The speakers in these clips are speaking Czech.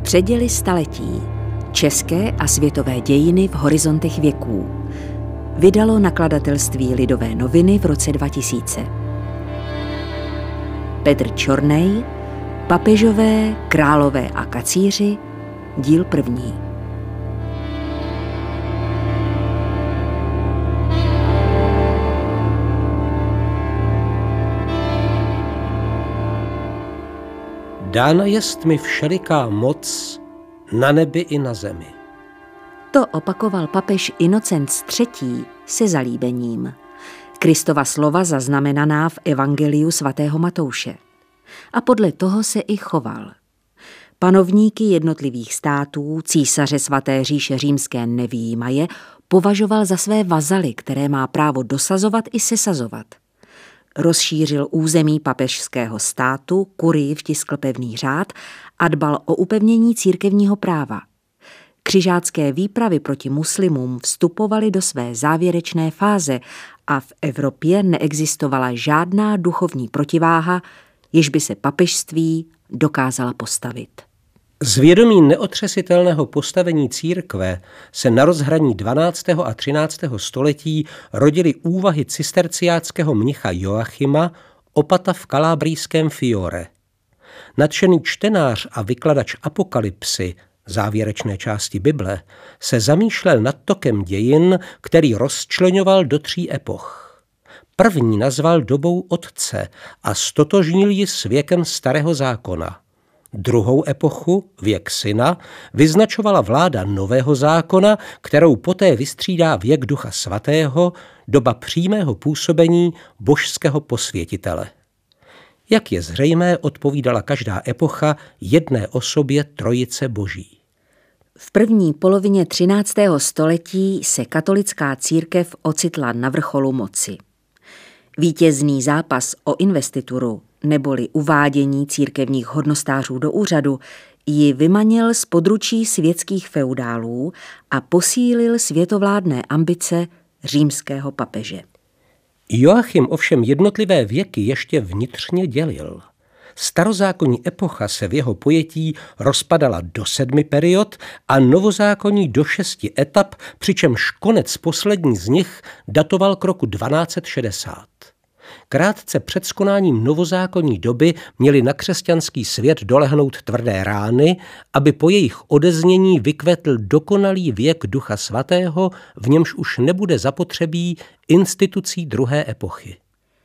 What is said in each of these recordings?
Předěly staletí. České a světové dějiny v horizontech věků. Vydalo nakladatelství Lidové noviny v roce 2000. Petr Čornej, Papežové, králové a kacíři, díl 1. Dána jest mi všeliká moc na nebi i na zemi. To opakoval papež Inocent III. Se zalíbením. Kristova slova zaznamenaná v Evangeliu svatého Matouše. A podle toho se i choval. Panovníky jednotlivých států, císaře svaté říše římské nevyjímaje, považoval za své vazaly, které má právo dosazovat i sesazovat. Rozšířil území papežského státu, kurii vtiskl pevný řád a dbal o upevnění církevního práva. Křižácké výpravy proti muslimům vstupovaly do své závěrečné fáze a v Evropě neexistovala žádná duchovní protiváha, jež by se papežství dokázala postavit. Z vědomí neotřesitelného postavení církve se na rozhraní 12. a 13. století rodily úvahy cisterciáckého mnicha Joachima, opata v kalábrijském Fiore. Nadšený čtenář a vykladač Apokalypsy, závěrečné části Bible, se zamýšlel nad tokem dějin, který rozčleňoval do 3 epoch. První nazval dobou Otce a stotožnil ji s věkem Starého zákona. Druhou epochu, věk Syna, vyznačovala vláda Nového zákona, kterou poté vystřídá věk Ducha Svatého, doba přímého působení božského posvětitele. Jak je zřejmé, odpovídala každá epocha jedné osobě Trojice Boží. V první polovině 13. století se katolická církev ocitla na vrcholu moci. Vítězný zápas o investituru neboli uvádění církevních hodnostářů do úřadu ji vymanil z područí světských feudálů a posílil světovládné ambice římského papeže. Joachim ovšem jednotlivé věky ještě vnitřně dělil. Starozákonní epocha se v jeho pojetí rozpadala do 7 period a novozákonní do 6 etap, přičemž konec poslední z nich datoval k roku 1260. Krátce před skonáním novozákonní doby měly na křesťanský svět dolehnout tvrdé rány, aby po jejich odeznění vykvetl dokonalý věk Ducha Svatého, v němž už nebude zapotřebí institucí druhé epochy.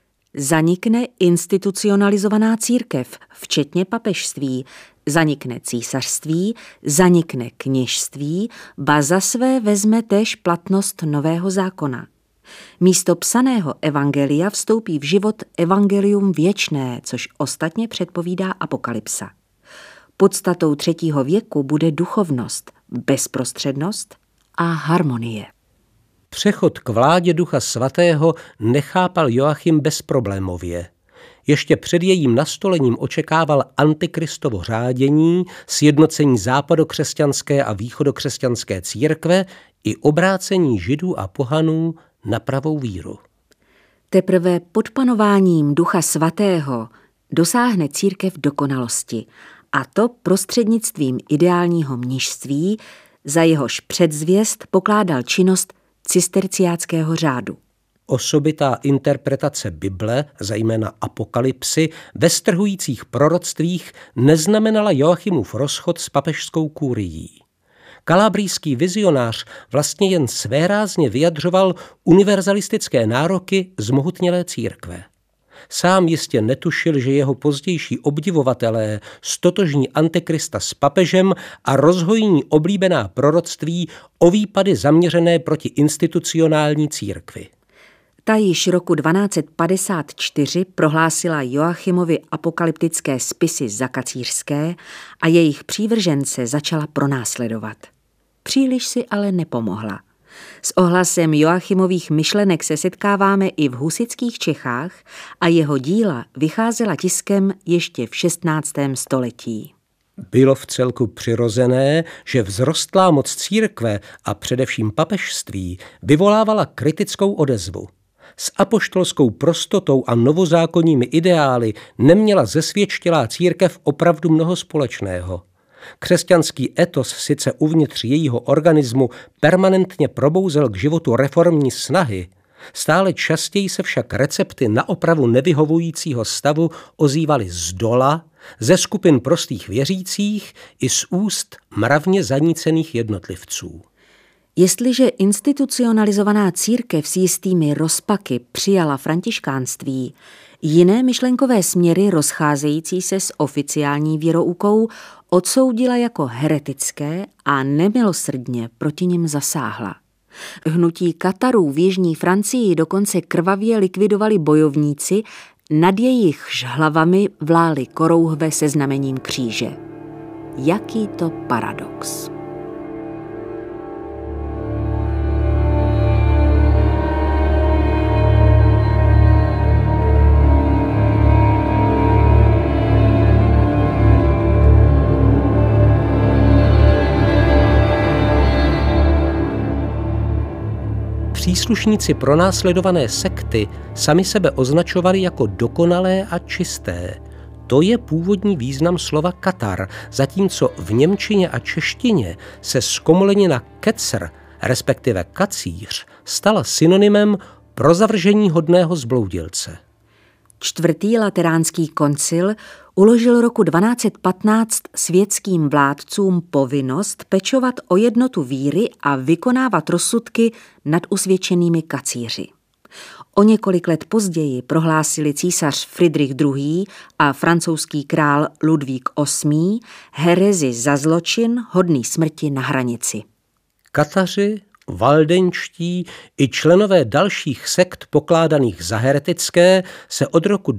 Zanikne institucionalizovaná církev, včetně papežství, zanikne císařství, zanikne kněžství, ba za své vezme též platnost Nového zákona. Místo psaného evangelia vstoupí v život evangelium věčné, což ostatně předpovídá Apokalypsa. Podstatou 3. věku bude duchovnost, bezprostřednost a harmonie. Přechod k vládě Ducha Svatého nechápal Joachim bezproblémově. Ještě před jejím nastolením očekával antikristovo řádění, sjednocení západokřesťanské a východokřesťanské církve i obrácení Židů a pohanů na pravou víru. Teprve pod panováním Ducha Svatého dosáhne církev dokonalosti, a to prostřednictvím ideálního mnišství, za jehož předzvěst pokládal činnost cisterciáckého řádu. Osobitá interpretace Bible, zejména Apokalypsy, ve strhujících proroctvích neznamenala Joachimův rozchod s papežskou kurií. Kalábrijský vizionář vlastně jen svérázně vyjadřoval univerzalistické nároky zmohutnělé církve. Sám jistě netušil, že jeho pozdější obdivovatelé stotožní antikrista s papežem a rozhojí oblíbená proroctví o výpady zaměřené proti institucionální církvi. Ta již roku 1254 prohlásila Joachimovi apokalyptické spisy za kacířské a jejich přívržence začala pronásledovat. Příliš si ale nepomohla. S ohlasem Joachimových myšlenek se setkáváme i v husitských Čechách a jeho díla vycházela tiskem ještě v 16. století. Bylo vcelku přirozené, že vzrostlá moc církve a především papežství vyvolávala kritickou odezvu. S apoštolskou prostotou a novozákonními ideály neměla zesvědčilá církev opravdu mnoho společného. Křesťanský etos sice uvnitř jejího organismu permanentně probouzel k životu reformní snahy, stále častěji se však recepty na opravu nevyhovujícího stavu ozývaly zdola, ze skupin prostých věřících i z úst mravně zanícených jednotlivců. Jestliže institucionalizovaná církev s jistými rozpaky přijala františkánství, jiné myšlenkové směry rozcházející se s oficiální věroukou odsoudila jako heretické a nemilosrdně proti nim zasáhla. Hnutí Katarů v jižní Francii dokonce krvavě likvidovali bojovníci, nad jejichž hlavami vlály korouhve se znamením kříže. Jaký to paradox! Příslušníci pronásledované sekty sami sebe označovali jako dokonalé a čisté. To je původní význam slova Katar, zatímco v němčině a češtině se zkomolenina kecr, respektive kacíř, stala synonymem pro zavržení hodného zbloudilce. Čtvrtý lateránský koncil uložil roku 1215 světským vládcům povinnost pečovat o jednotu víry a vykonávat rozsudky nad usvědčenými kacíři. O několik let později prohlásili císař Fridrich II. A francouzský král Ludvík VIII. Herezi za zločin hodný smrti na hranici. Kataři, valdenští i členové dalších sekt pokládaných za heretické se od roku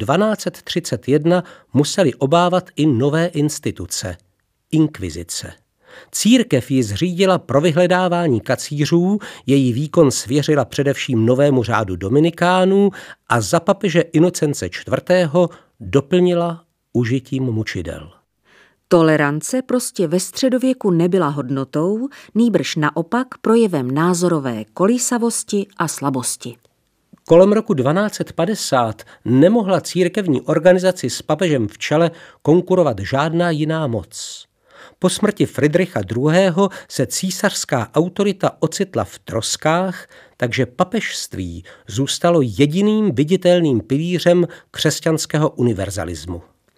1231 museli obávat i nové instituce – inkvizice. Církev ji zřídila pro vyhledávání kacířů, její výkon svěřila především novému řádu dominikánů a za papeže Inocence IV. Doplnila užitím mučidel. Tolerance prostě ve středověku nebyla hodnotou, nýbrž naopak projevem názorové kolísavosti a slabosti. Kolem roku 1250 nemohla církevní organizaci s papežem v čele konkurovat žádná jiná moc. Po smrti Fridricha II. Se císařská autorita ocitla v troskách, takže papežství zůstalo jediným viditelným pilířem křesťanského univerzalismu.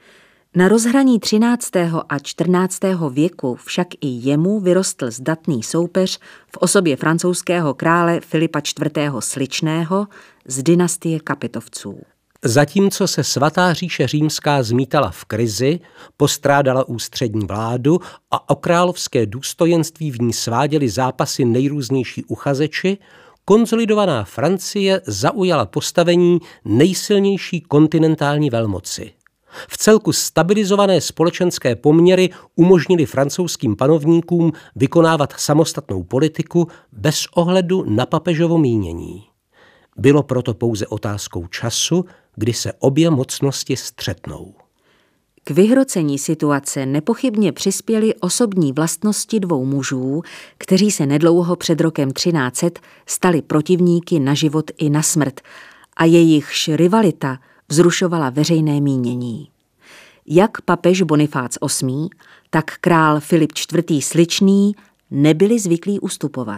Na rozhraní 13. a 14. věku však i jemu vyrostl zdatný soupeř v osobě francouzského krále Filipa IV. Sličného z dynastie Kapitovců. Zatímco se svatá říše římská zmítala v krizi, postrádala ústřední vládu a o královské důstojenství v ní sváděli zápasy nejrůznější uchazeči, konsolidovaná Francie zaujala postavení nejsilnější kontinentální velmoci. V celku stabilizované společenské poměry umožnili francouzským panovníkům vykonávat samostatnou politiku bez ohledu na papežovo mínění. Bylo proto pouze otázkou času, kdy se obě mocnosti střetnou. K vyhrocení situace nepochybně přispěly osobní vlastnosti dvou mužů, kteří se nedlouho před rokem 1300 stali protivníky na život i na smrt a jejichž rivalita vzrušovala veřejné mínění. Jak papež Bonifác VIII., tak král Filip IV. Sličný nebyli zvyklí ustupovat.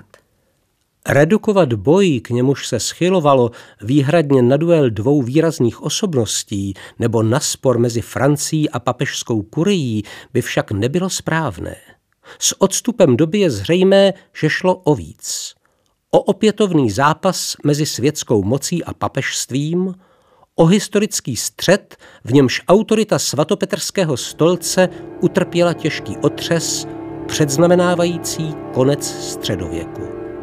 Redukovat boj, k němuž se schylovalo výhradně na duel dvou výrazných osobností nebo na spor mezi Francií a papežskou kurií, by však nebylo správné. S odstupem doby je zřejmé, že šlo o víc. O opětovný zápas mezi světskou mocí a papežstvím, o historický střet, v němž autorita svatopetrského stolce utrpěla těžký otřes, předznamenávající konec středověku.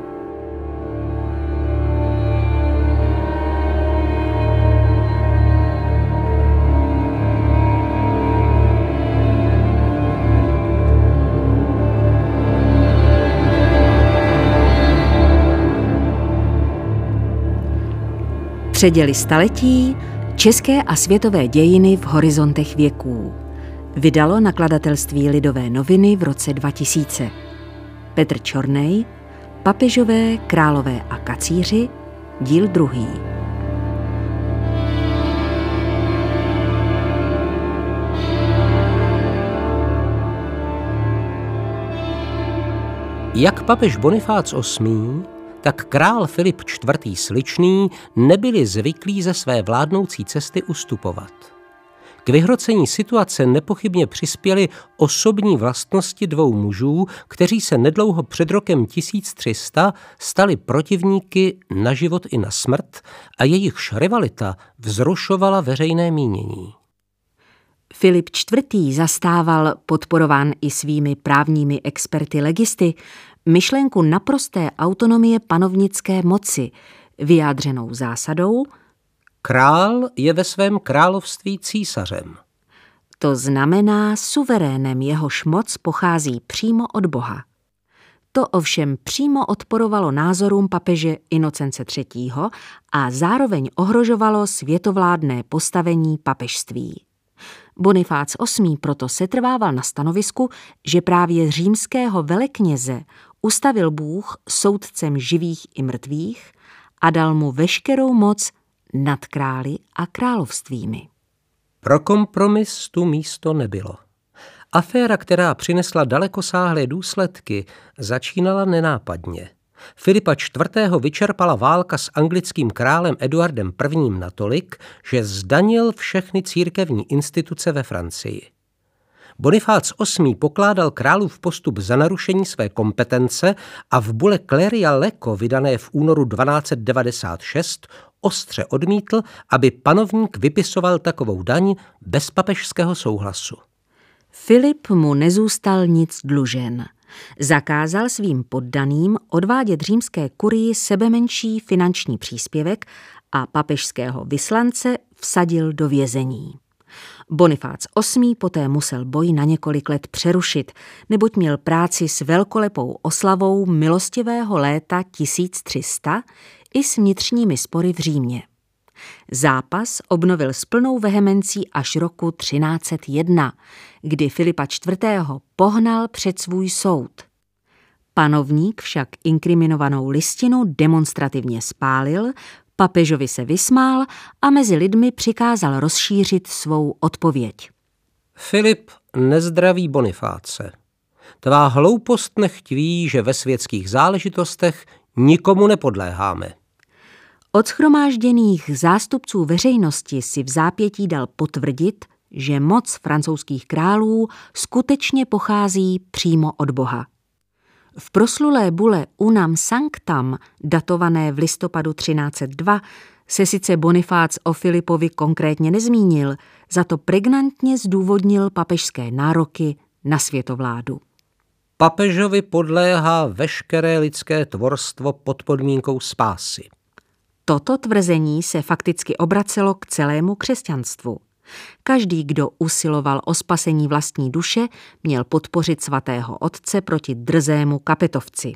Předěly staletí, české a světové dějiny v horizontech věků. Vydalo nakladatelství Lidové noviny v roce 2000. Petr Čornej, Papežové, králové a kacíři, díl 2. Jak papež Bonifác VIII, tak král Filip IV. Sličný nebyli zvyklí ze své vládnoucí cesty ustupovat. K vyhrocení situace nepochybně přispěly osobní vlastnosti dvou mužů, kteří se nedlouho před rokem 1300 stali protivníky na život i na smrt a jejichž rivalita vzrušovala veřejné mínění. Filip IV. Zastával, podporován i svými právními experty legisty, myšlenku naprosté autonomie panovnické moci, vyjádřenou zásadou: král je ve svém království císařem. To znamená suverénem, jehož moc pochází přímo od Boha. To ovšem přímo odporovalo názorům papeže Inocence III. A zároveň ohrožovalo světovládné postavení papežství. Bonifác VIII. Proto setrvával na stanovisku, že právě římského velekněze ustavil Bůh soudcem živých i mrtvých a dal mu veškerou moc nad králi a královstvími. Pro kompromis tu místo nebylo. Aféra, která přinesla dalekosáhlé důsledky, začínala nenápadně. Filipa IV. Vyčerpala válka s anglickým králem Eduardem I. natolik, že zdanil všechny církevní instituce ve Francii. Bonifác VIII. Pokládal králův postup za narušení své kompetence a v bule Cleria Leco, vydané v únoru 1296, ostře odmítl, aby panovník vypisoval takovou daň bez papežského souhlasu. Filip mu nezůstal nic dlužen. Zakázal svým poddaným odvádět římské kurii sebemenší finanční příspěvek a papežského vyslance vsadil do vězení. Bonifác VIII. Poté musel boj na několik let přerušit, neboť měl práci s velkolepou oslavou milostivého léta 1300 i s vnitřními spory v Římě. Zápas obnovil s plnou vehemencí až roku 1301, kdy Filipa IV. Pohnal před svůj soud. Panovník však inkriminovanou listinu demonstrativně spálil, papežovi se vysmál a mezi lidmi přikázal rozšířit svou odpověď. Filip nezdraví Bonifáce. Tvá hloupost nechť ví, že ve světských záležitostech nikomu nepodléháme. Od shromážděných zástupců veřejnosti si v zápětí dal potvrdit, že moc francouzských králů skutečně pochází přímo od Boha. V proslulé bule Unam Sanctam, datované v listopadu 1302, se sice Bonifác o Filipovi konkrétně nezmínil, za to pregnantně zdůvodnil papežské nároky na světovládu. Papežovi podléhá veškeré lidské tvorstvo pod podmínkou spásy. Toto tvrzení se fakticky obracelo k celému křesťanstvu. Každý, kdo usiloval o spasení vlastní duše, měl podpořit svatého otce proti drzému kapetovci.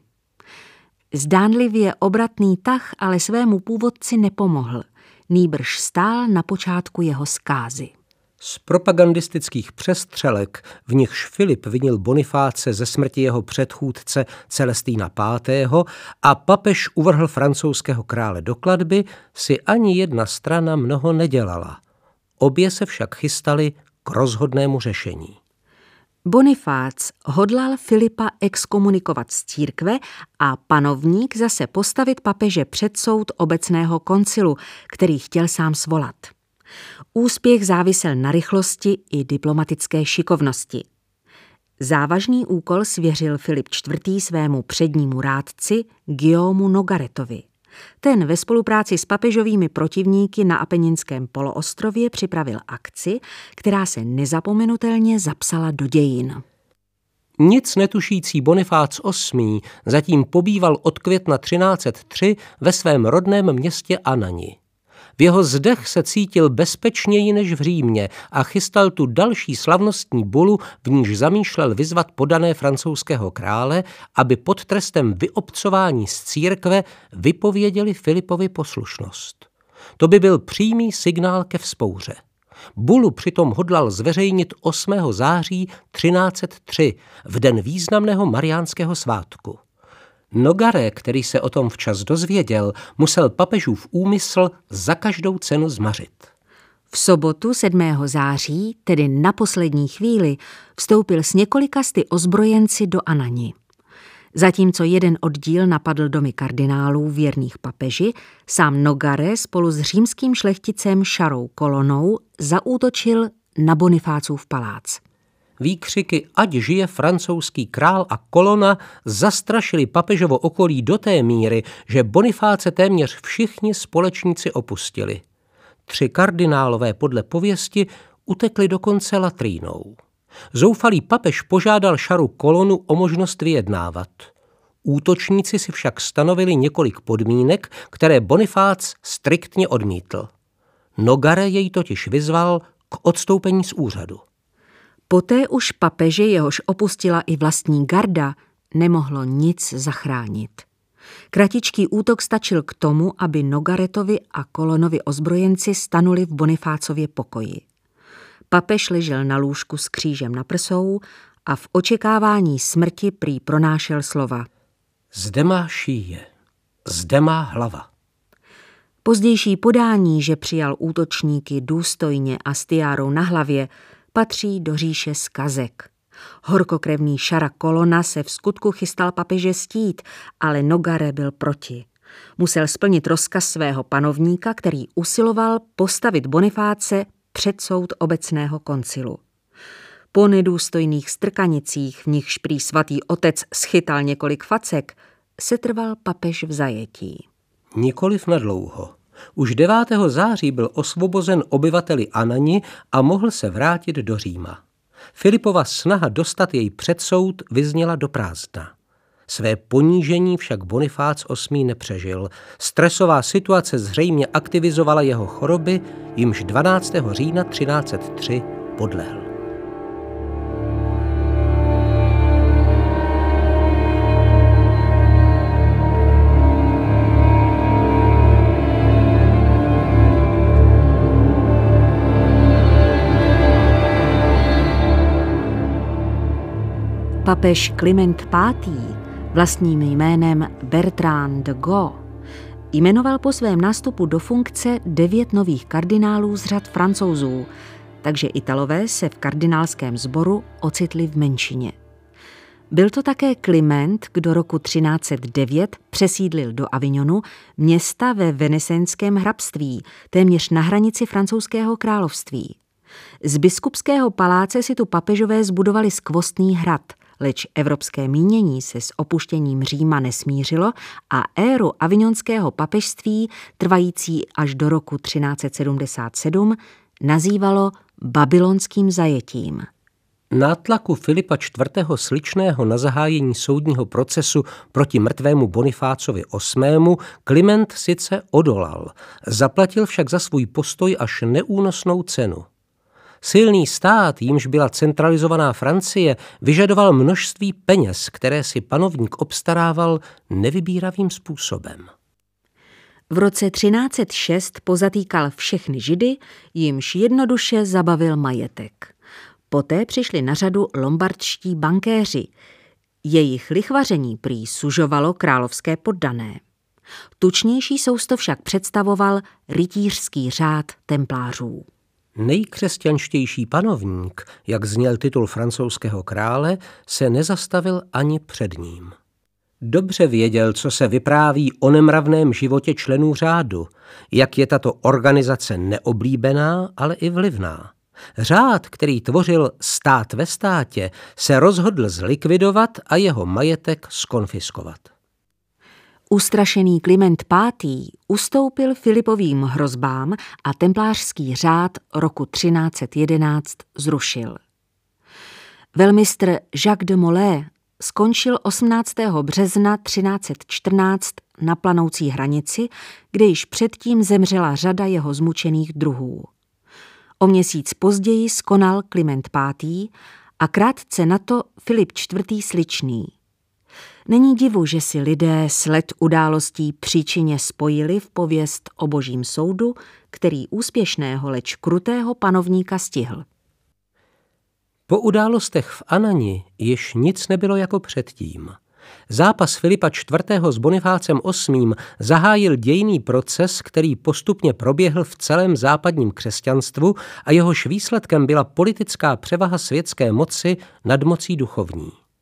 Zdánlivě obratný tah ale svému původci nepomohl, nýbrž stál na počátku jeho zkázy. Z propagandistických přestřelek, v nichž Filip vinil Bonifáce ze smrti jeho předchůdce Celestína V. a papež uvrhl francouzského krále do klatby, si ani jedna strana mnoho nedělala. Obě se však chystali k rozhodnému řešení. Bonifác hodlal Filipa exkomunikovat z církve a panovník zase postavit papeže před soud obecného koncilu, který chtěl sám svolat. Úspěch závisel na rychlosti i diplomatické šikovnosti. Závažný úkol svěřil Filip IV. Svému přednímu rádci Guillaumu Nogaretovi. Ten ve spolupráci s papežovými protivníky na Apeninském poloostrově připravil akci, která se nezapomenutelně zapsala do dějin. Nic netušící Bonifác VIII. Zatím pobýval od května 1303 ve svém rodném městě Anagni. V jeho zdech se cítil bezpečněji než v Římě a chystal tu další slavnostní bulu, v níž zamýšlel vyzvat podané francouzského krále, aby pod trestem vyobcování z církve vypověděli Filipovi poslušnost. To by byl přímý signál ke vzpouře. Bulu přitom hodlal zveřejnit 8. září 1303, v den významného mariánského svátku. Nogaret, který se o tom včas dozvěděl, musel papežův úmysl za každou cenu zmařit. V sobotu 7. září, tedy na poslední chvíli, vstoupil s několika sty ozbrojenci do Anagni. Zatímco jeden oddíl napadl domy kardinálů věrných papeži, sám Nogare spolu s římským šlechticem Charou Colonnou zaútočil na Bonifácův palác. Výkřiky "Ať žije francouzský král" a Colonna zastrašili papežovo okolí do té míry, že Bonifáce téměř všichni společníci opustili. 3 kardinálové podle pověsti utekli dokonce latrínou. Zoufalý papež požádal Charu Colonnu o možnost vyjednávat. Útočníci si však stanovili několik podmínek, které Bonifác striktně odmítl. Nogare jej totiž vyzval k odstoupení z úřadu. Poté už papeže, jehož opustila i vlastní garda, nemohlo nic zachránit. Kratičký útok stačil k tomu, aby Nogaretovi a Colonnovi ozbrojenci stanuli v Bonifácově pokoji. Papež ležel na lůžku s křížem na prsou a v očekávání smrti prý pronášel slova: Zde má šíje, zde má hlava. Pozdější podání, že přijal útočníky důstojně a s tiárou na hlavě, patří do říše zkazek. Horkokrevný Chara Colonna se v skutku chystal papeže stít, ale Nogare byl proti. Musel splnit rozkaz svého panovníka, který usiloval postavit Bonifáce před soud obecného koncilu. Po nedůstojných strkanicích, v nichž prý svatý otec schytal několik facek, setrval papež v zajetí. Nikoliv nadlouho. Už 9. září byl osvobozen obyvateli Anagni a mohl se vrátit do Říma. Filipova snaha dostat jej před soud vyzněla do prázdna. Své ponížení však Bonifác VIII. Nepřežil. Stresová situace zřejmě aktivizovala jeho choroby, jimž 12. října 1303 podlehl. Papež Kliment V., vlastním jménem Bertrand de Go, jmenoval po svém nástupu do funkce 9 nových kardinálů z řad Francouzů, takže Italové se v kardinálském sboru ocitli v menšině. Byl to také Kliment, kdo roku 1309 přesídlil do Avignonu, města ve venesenském hrabství, téměř na hranici francouzského království. Z biskupského paláce si tu papežové zbudovali skvostný hrad, leč evropské mínění se s opuštěním Říma nesmířilo a éru avignonského papežství, trvající až do roku 1377, nazývalo babylonským zajetím. Nátlaku Filipa IV. Sličného na zahájení soudního procesu proti mrtvému Bonifácovi VIII. Kliment sice odolal, zaplatil však za svůj postoj až neúnosnou cenu. Silný stát, jímž byla centralizovaná Francie, vyžadoval množství peněz, které si panovník obstarával nevybíravým způsobem. V roce 1306 pozatýkal všechny Židy, jimž jednoduše zabavil majetek. Poté přišli na řadu lombardští bankéři. Jejich lichvaření prý sužovalo královské poddané. Tučnější sousto však představoval rytířský řád templářů. Nejkřesťanštější panovník, jak zněl titul francouzského krále, se nezastavil ani před ním. Dobře věděl, co se vypráví o nemravném životě členů řádu, jak je tato organizace neoblíbená, ale i vlivná. Řád, který tvořil stát ve státě, se rozhodl zlikvidovat a jeho majetek zkonfiskovat. Ustrašený Kliment V. ustoupil Filipovým hrozbám a templářský řád roku 1311 zrušil. Velmistr Jacques de Molay skončil 18. března 1314 na planoucí hranici, kde již předtím zemřela řada jeho zmučených druhů. O měsíc později skonal Kliment V. a krátce na to Filip IV. Sličný. Není divu, že si lidé sled událostí příčině spojili v pověst o božím soudu, který úspěšného, leč krutého panovníka stihl. Po událostech v Anagni již nic nebylo jako předtím. Zápas Filipa IV. S Bonifácem VIII. Zahájil dějinný proces, který postupně proběhl v celém západním křesťanstvu a jehož výsledkem byla politická převaha světské moci nad mocí duchovní.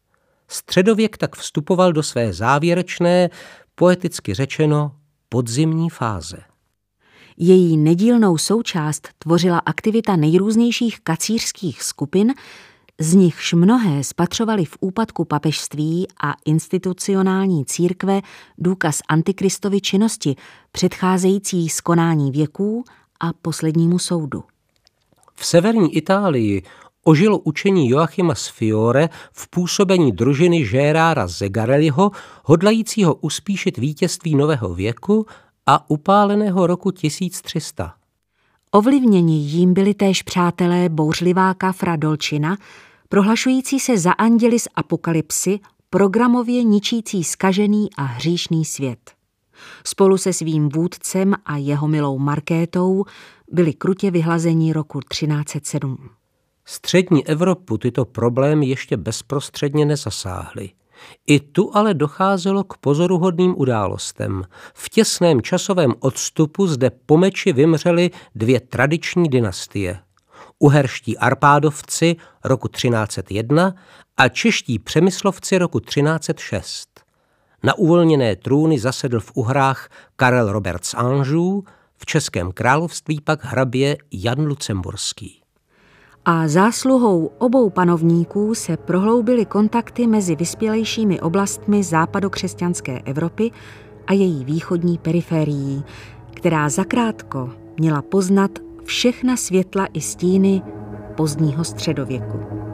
Středověk tak vstupoval do své závěrečné, poeticky řečeno, podzimní fáze. Její nedílnou součást tvořila aktivita nejrůznějších kacířských skupin, z nichž mnohé spatřovaly v úpadku papežství a institucionální církve důkaz antikristovy činnosti, předcházející skonání věků a poslednímu soudu. V severní Itálii ožilo učení Joachima z Fiore v působení družiny Gérarda Zegarelliho, hodlajícího uspíšit vítězství nového věku a upáleného roku 1300. Ovlivněni jím byli též přátelé bouřliváka Fra Dolcina, prohlašující se za anděli z apokalypsy, programově ničící zkažený a hříšný svět. Spolu se svým vůdcem a jeho milou Markétou byli krutě vyhlazeni roku 1307. Střední Evropu tyto problémy ještě bezprostředně nezasáhly. I tu ale docházelo k pozoruhodným událostem. V těsném časovém odstupu zde po meči vymřely dvě tradiční dynastie. Uherští Arpádovci roku 1301 a čeští Přemyslovci roku 1306. Na uvolněné trůny zasedl v Uhrách Karel Robert z Anjou, v Českém království pak hrabě Jan Lucemburský. A zásluhou obou panovníků se prohloubily kontakty mezi vyspělejšími oblastmi západokřesťanské Evropy a její východní periférií, která zakrátko měla poznat všechna světla i stíny pozdního středověku.